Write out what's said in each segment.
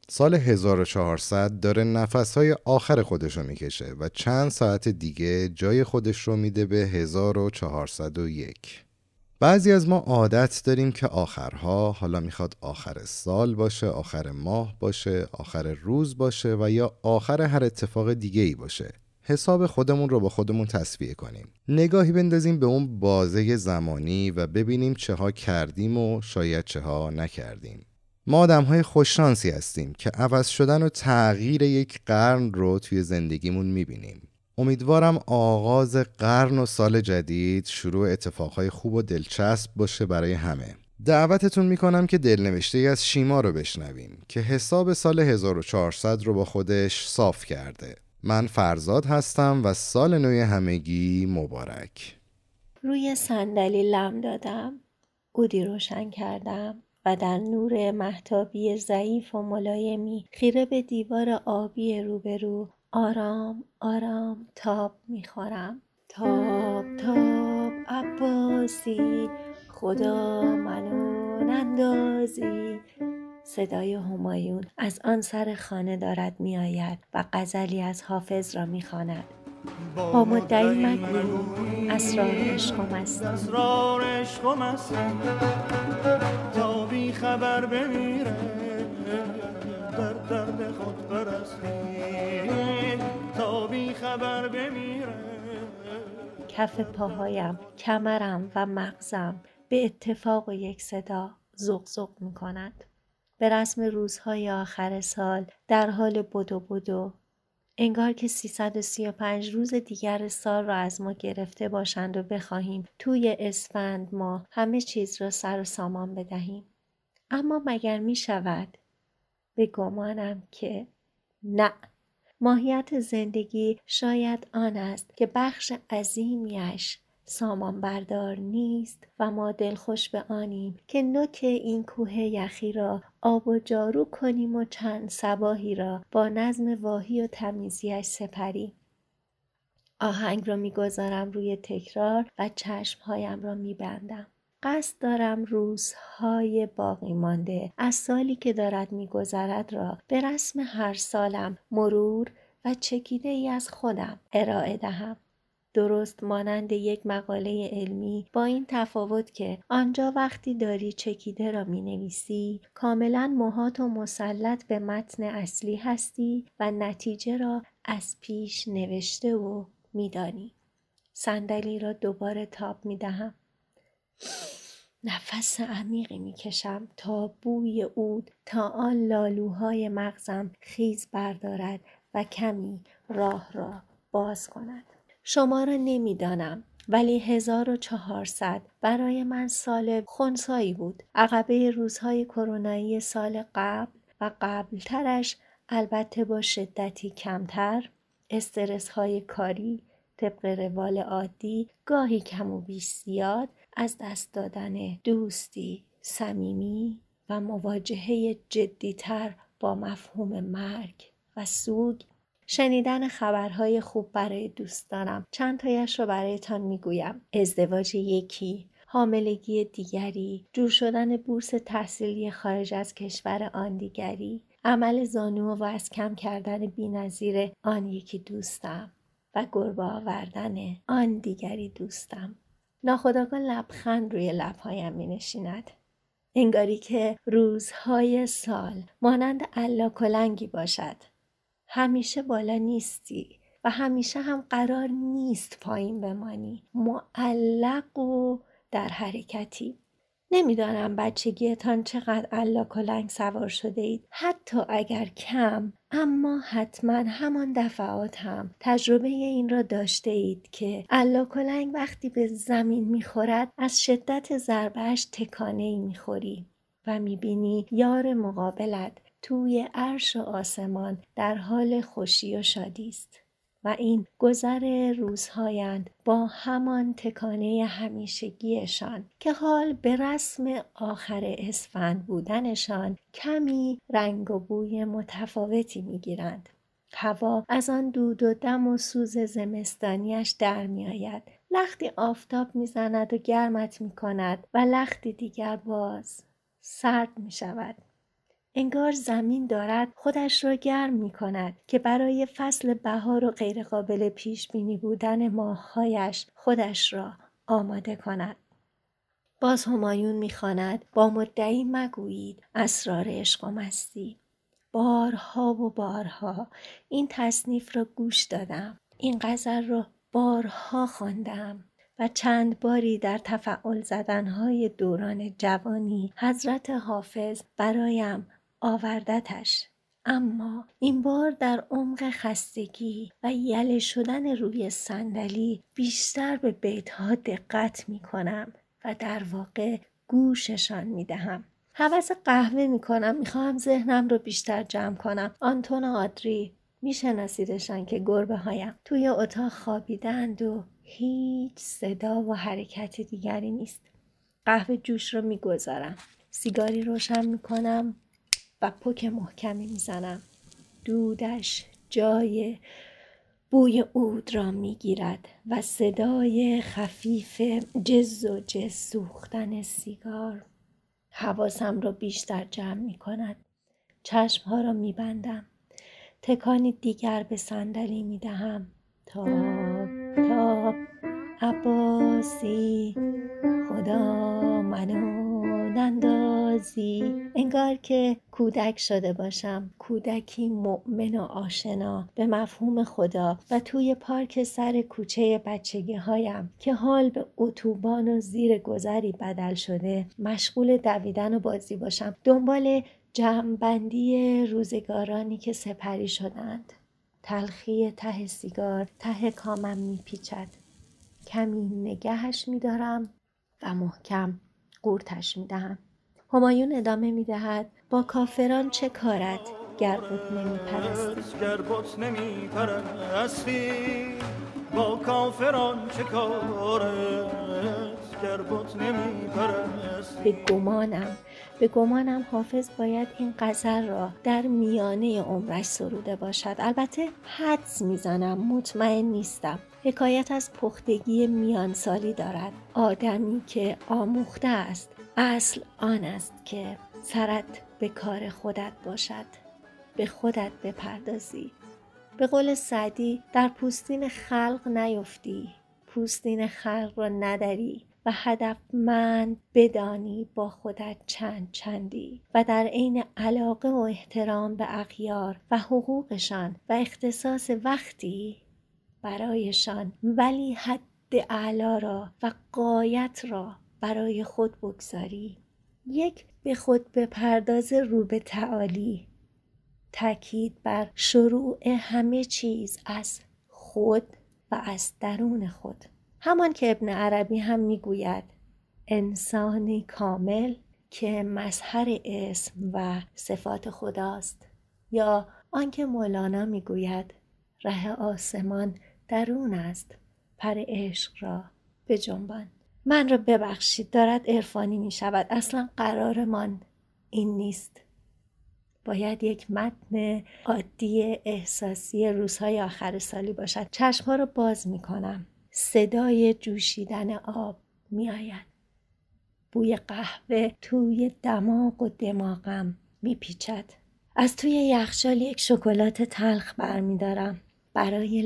سال 1400 داره نفسهای آخر خودشو میکشه و چند ساعت دیگه جای خودش رو میده به 1401. بعضی از ما عادت داریم که آخرها، حالا میخواد آخر سال باشه، آخر ماه باشه، آخر روز باشه و یا آخر هر اتفاق دیگه ای باشه، حساب خودمون رو با خودمون تسویه کنیم. نگاهی بندازیم به اون بازه زمانی و ببینیم چه ها کردیم و شاید چه ها نکردیم. ما آدم‌های خوششانسی هستیم که عوض شدن و تغییر یک قرن رو توی زندگیمون میبینیم. امیدوارم آغاز قرن و سال جدید شروع اتفاقهای خوب و دلچسب باشه برای همه. دعوتتون میکنم که دلنوشته ای از شیما رو بشنویم که حساب سال 1400 رو با خودش صاف کرده. من فرزاد هستم و سال نو همگی مبارک. روی صندلی لم دادم. عودی روشن کردم و در نور مهتابی ضعیف و ملایمی خیره به دیوار آبی روبرو آرام آرام تاب میخورم. تاب تاب عباسی، خدا منو نندازی. صدای همایون از آن سر خانه دارد می آید و غزلی از حافظ را می خواند. با مدعی مگوی اسرار عشقم است. اسرار عشقم است تا بی خبر بمیره در درد خود پرستی، تا بی خبر بمیره. کف پاهایم، کمرم و مغزم به اتفاق و یک صدا زغزغ می کند. به رسم روزهای آخر سال در حال بدو بدو، انگار که 335 روز دیگر سال را از ما گرفته باشند و بخواهیم توی اسفند ماه همه چیز را سر و سامان بدهیم. اما مگر می شود؟ به گمانم که نه. ماهیت زندگی شاید آن است که بخش عظیمیش سامان بردار نیست و ما دلخوش به آنیم که نوک این کوه یخی را آب و جارو کنیم و چند صباحی را با نظم واهی و تمیزیش سپریم. آهنگ را می‌گذارم روی تکرار و چشمهایم را می‌بندم. قصد دارم روزهای باقی مانده از سالی که دارد می‌گذرد را به رسم هر سالم مرور و چکیده ای از خودم ارائه دهم. درست مانند یک مقاله علمی، با این تفاوت که آنجا وقتی داری چکیده را می‌نویسی کاملا محاط و مسلط به متن اصلی هستی و نتیجه را از پیش نوشته و می‌دانی. صندلی را دوباره تاب می‌دهم. نفس عمیقی می‌کشم تا بوی عود تا آن لالوهای مغزم خیز بردارد و کمی راه را باز کند. شما را نمی‌دانم، ولی 1400 برای من سال خنثایی بود. عقبه روزهای کرونایی سال قبل و قبلترش، البته با شدتی کمتر، استرس‌های کاری طبق روال عادی، گاهی کم و بیش زیاد، از دست دادن دوستی صمیمی و مواجهه جدی‌تر با مفهوم مرگ و سوگ. شنیدن خبرهای خوب برای دوستانم. چند تایش رو برایتان میگویم. ازدواج یکی، حاملگی دیگری، جور شدن بورس تحصیلی خارج از کشور آن دیگری، عمل زانو و از کم کردن بی‌نظیر آن یکی دوستم و گربه آوردن آن دیگری دوستم. ناخودآگاه لبخند روی لبهایم می نشیند. انگاری که روزهای سال مانند الاکلنگی باشد. همیشه بالا نیستی و همیشه هم قرار نیست پایین بمانی. معلق و در حرکتی. نمیدانم بچگیتان چقدر الاکلنگ سوار شده اید. حتی اگر کم، اما حتما همان دفعات هم تجربه این را داشته اید که الاکلنگ وقتی به زمین میخورد از شدت ضربه‌اش تکانه‌ای میخوری و میبینی یار مقابلت توی عرش و آسمان در حال خوشی و شادی است. و این گذر روزهایند با همان تکانه همیشگیشان که حال به رسم آخر اسفند بودنشان کمی رنگ و بوی متفاوتی میگیرند. هوا از آن دود و دم و سوز زمستانیش در می آید. لختی آفتاب می زند و گرمت می کند و لختی دیگر باز سرد می شود. انگار زمین دارد خودش را گرم می کند که برای فصل بهار و غیرقابل پیش بینی بودن ماه‌هایش خودش را آماده کند. باز همایون می‌خواند با مدعی مگویید اسرار عشق و مستی. بارها و بارها این تصنیف را گوش دادم. این غزل را بارها خواندم و چند باری در تفعال زدنهای دوران جوانی حضرت حافظ برایم آوردتش. اما این بار در عمق خستگی و یله شدن روی صندلی بیشتر به بیتها دقت می کنم و در واقع گوششان می دهم. هوس قهوه می کنم. می خواهم ذهنم رو بیشتر جمع کنم. آنتون و آدری می شناسیدشان که گربه هایم توی اتاق خوابیدند و هیچ صدا و حرکت دیگری نیست. قهوه جوش رو می گذارم. سیگاری روشن می کنم و پک محکمی می زنم. دودش جای بوی عود را می گیرد و صدای خفیف جز و جز سوختن سیگار حواسم را بیشتر جمع می کند. چشمها را می بندم. تکانی دیگر به صندلی می دهم. تا عباسی خدا منو نندازی. انگار که کودک شده باشم. کودکی مؤمن و آشنا به مفهوم خدا و توی پارک سر کوچه بچگی هایم که حال به اتوبان و زیر گذری بدل شده مشغول دویدن و بازی باشم. دنبال جمع‌بندی روزگارانی که سپری شدند. تلخی ته سیگار ته کامم میپیچد. کمی نگهش میدارم و محکم قورتش میدهم. همایون ادامه میدهد با کافران چه کارت گر بت نمیپرستی. با کافران چه کارت گر بت نمیپرستی. به گمانم حافظ باید این غزل را در میانه عمرش سروده باشد. البته حدس میزنم، مطمئن نیستم. حکایت از پختگی میانسالی دارد. آدمی که آموخته است. اصل آن است که سرت به کار خودت باشد. به خودت بپردازی. به قول سعدی در پوستین خلق نیفتی. پوستین خلق را نداری و هدفمند بدانی با خودت چندی و در عین علاقه و احترام به اغیار و حقوقشان و اختصاص وقتی برایشان ولی حد اعلی را و غایت را برای خود بگذاری. یک به خود بپرداز رو به تعالی. تاکید بر شروع همه چیز از خود و از درون خود. همان که ابن عربی هم میگوید انسانی کامل که مظهر اسم و صفات خداست، یا آنکه مولانا میگوید ره آسمان درون است، پر عشق را بجنبان. من را ببخشید، دارد عرفانی می شود. اصلا قرارمان این نیست. باید یک متن عادی احساسی روزهای آخر سالی باشد. چشمها را باز می کنم. صدای جوشیدن آب می آید. بوی قهوه توی دماغ و دماغم می پیچد. از توی یخچال یک شکلات تلخ برمی دارم. برای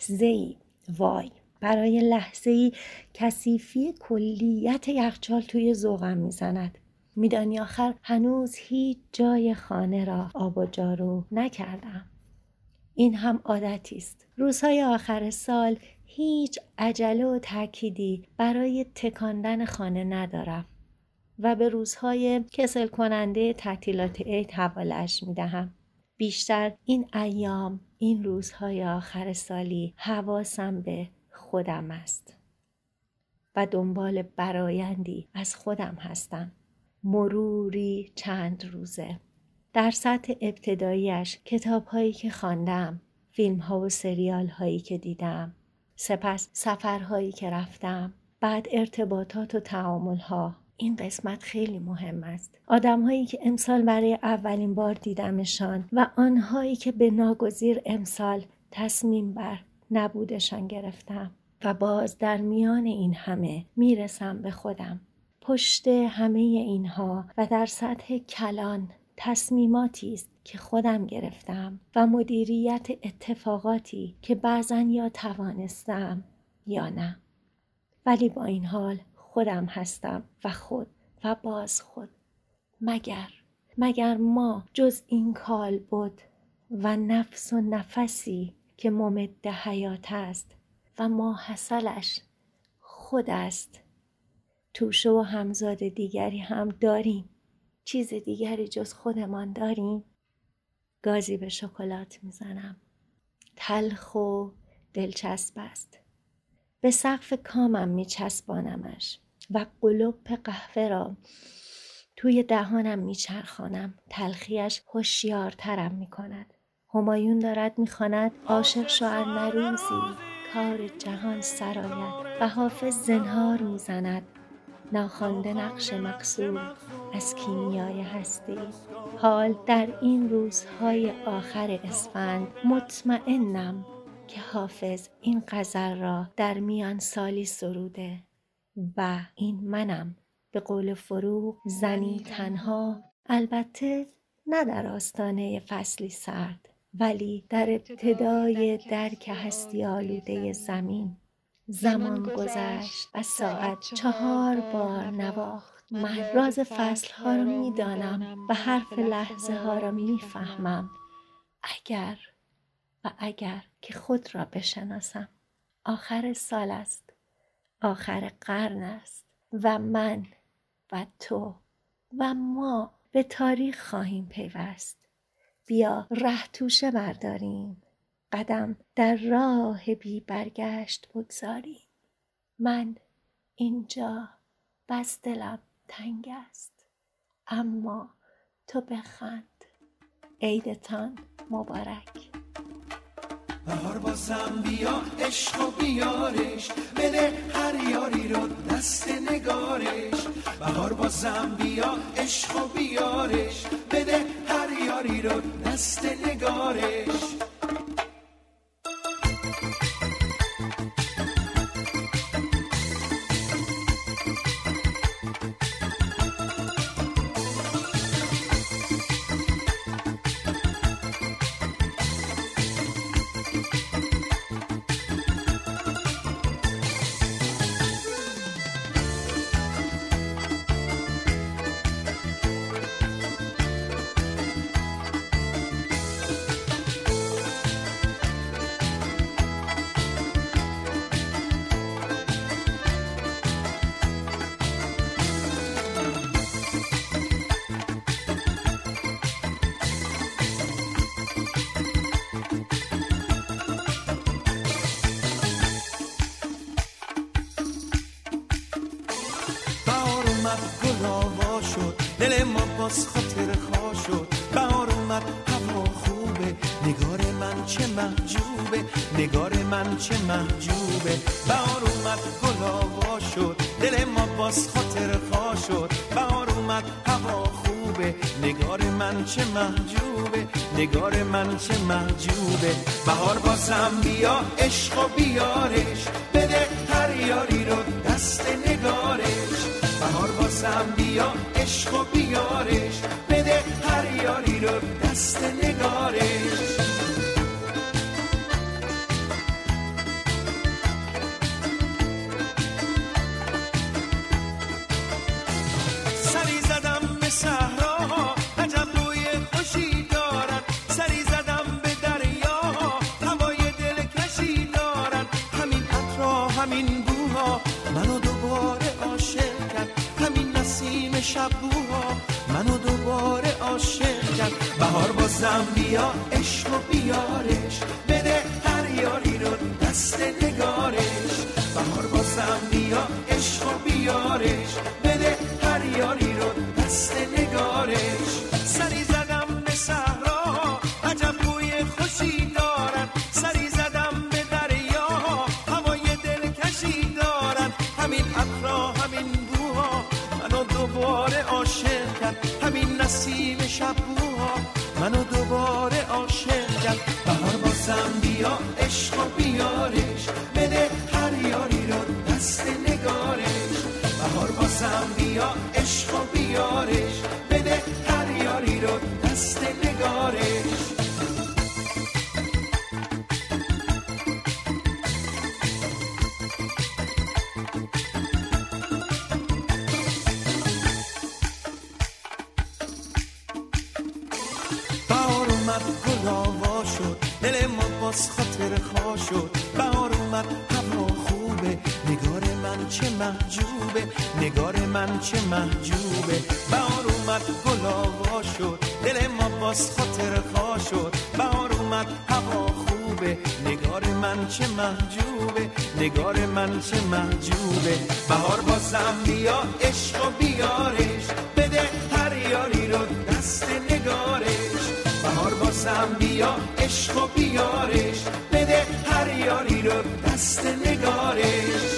لحظه‌ای کثیفی کلیت یخچال توی ذوقم می زند. میدانی آخر هنوز هیچ جای خانه را آب و جارو نکردم. این هم عادتی است. روزهای آخر سال هیچ عجله و تأکیدی برای تکاندن خانه ندارم و به روزهای کسل کننده تعطیلات عید حواله‌اش میدهم. بیشتر این ایام، این روزهای آخر سالی حواسم به خودم است و دنبال برایندی از خودم هستم. مروری چند روزه. در سطح ابتداییش کتاب‌هایی که خواندم، فیلم‌ها و سریال‌هایی که دیدم، سپس سفرهایی که رفتم، بعد ارتباطات و تعامل‌ها. این قسمت خیلی مهم است. آدم‌هایی که امسال برای اولین بار دیدمشان و آنهایی که به ناگزیر امسال تصمیم بر نبودشان گرفتم و باز در میان این همه میرسم به خودم. پشت همه اینها و در سطح کلان تصمیماتی است که خودم گرفتم و مدیریت اتفاقاتی که بعضاً یا توانستم یا نه. ولی با این حال خودم هستم و خود و باز خود. مگر ما جز این کالبد و نفس و نفسی که ممد حیات است و ماحصلش خود است، توشه و همزاد دیگری هم داریم؟ چیز دیگری جز خودمان داریم؟ گازی به شکلات میزنم. تلخ و دلچسب است. به سقف کامم میچسبانمش و قلوب قهوه را توی دهانم میچرخانم. تلخیش هوشیارترم میکند. همایون دارد میخواند عاشق شو ار نه روزی کار جهان سرآید و حافظ زنهار میزند ناخوانده نقش مقصود از کیمیای هستی. حال در این روزهای آخر اسفند مطمئنم که حافظ این غزل را در میان سالی سروده و این منم به قول فروغ زنی تنها، البته نه در آستانه فصلی سرد ولی در ابتدای درک هستی آلوده زمین. زمان گذشت و ساعت 4 بار نواخت. من راز فصلها را میدانم و حرف لحظه ها را میفهمم. اگر که خود را بشناسم. آخر سال است، آخر قرن است و من و تو و ما به تاریخ خواهیم پیوست. بیا ره توشه برداریم، قدم در راه بی برگشت بگذاریم. من اینجا بس دلم تنگ است، اما تو بخند. عیدتان مبارک. بهار بازم بیا عشق و بیارش، بده هر یاری رو دست نگارش. بهار بازم بیا عشق و بیارش، بده هر یاری رو دست نگارش. گل آوا شد، دل ما باز خاطر خوا شد. بهار اومد هوا خوبه، نگار من چه محجوبه، نگار من چه محجوبه. بهار اومد گل آوا شد، دل ما باز خاطر خوا شد. بهار اومد هوا خوبه، نگار من چه محجوبه، نگار من چه محجوبه. بهار بازم بیا عشق و بیارش، بده هر یاری رو دست نگارش. بهار بازم بیا عشق و بیارش، بده هر یاری رو دست نگارش. سری زدم به صحراها، عجب روی خوشی دارن. سری زدم به دریاها، هوای دلکشی دارن. همین عطرها همین بوها منو دوباره عاشق کرد. همین نسیم شبوها منو دوباره عاشق کرد. بهار بازم بیا عشق و بیارش، بده هر یاری رو دست نگارش. بهار بازم بیا عشق و بیارش، بده هر یاری رو دست نگارش. سری زدم به صحرا، عجب بوی خوشی دارن. سری زدم به دریا، هوای دلکشی دارن. همین عطرها همین بوها منو دوباره عاشق کرد. همین نسیم شبوها منو دوباره عاشق کرد. بهار بازم بیا عشق و بیارش، بده هر یاری رو دست نگارش. بهار بازم بیا عشق و بیارش، بده هر یاری رو اومد گل آوا شد، دل ما باز خاطر خوا شد. بهار اومد هوا خوبه، نگار من چه محجوبه، نگار من چه محجوبه. بهار اومد گل آوا شد، دل ما باز خاطر خوا شد. بهار اومد هوا خوبه، نگار من چه محجوبه، نگار من چه محجوبه. بهار بازم بیا عشق و بیارش، بده هر یاری رو دست نگارش. بهار بازم بیا عشق و بیارش، بده هر یاری رو دست نگارش.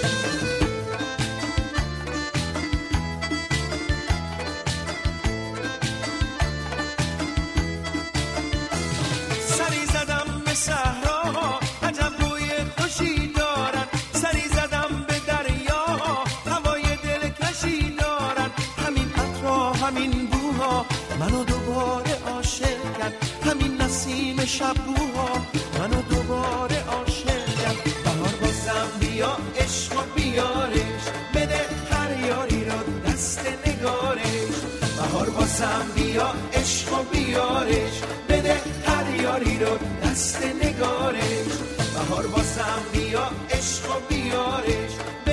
سری زدم به صحرا، عجب روی خوشی دارن. سری زدم به دریا، هوای دلکشی دارن. همین عطرها همین بوها منو دوباره عاشق کرد. همین نسیم شبوها منو دوباره عاشق کرد. بهار بازم بیا عشق و بیارش، بده هر یاری رو دست نگارش. بهار بازم بیا عشق و بیارش، بده هر یاری رو دست نگارش. بهار بازم بیا عشق و بیارش،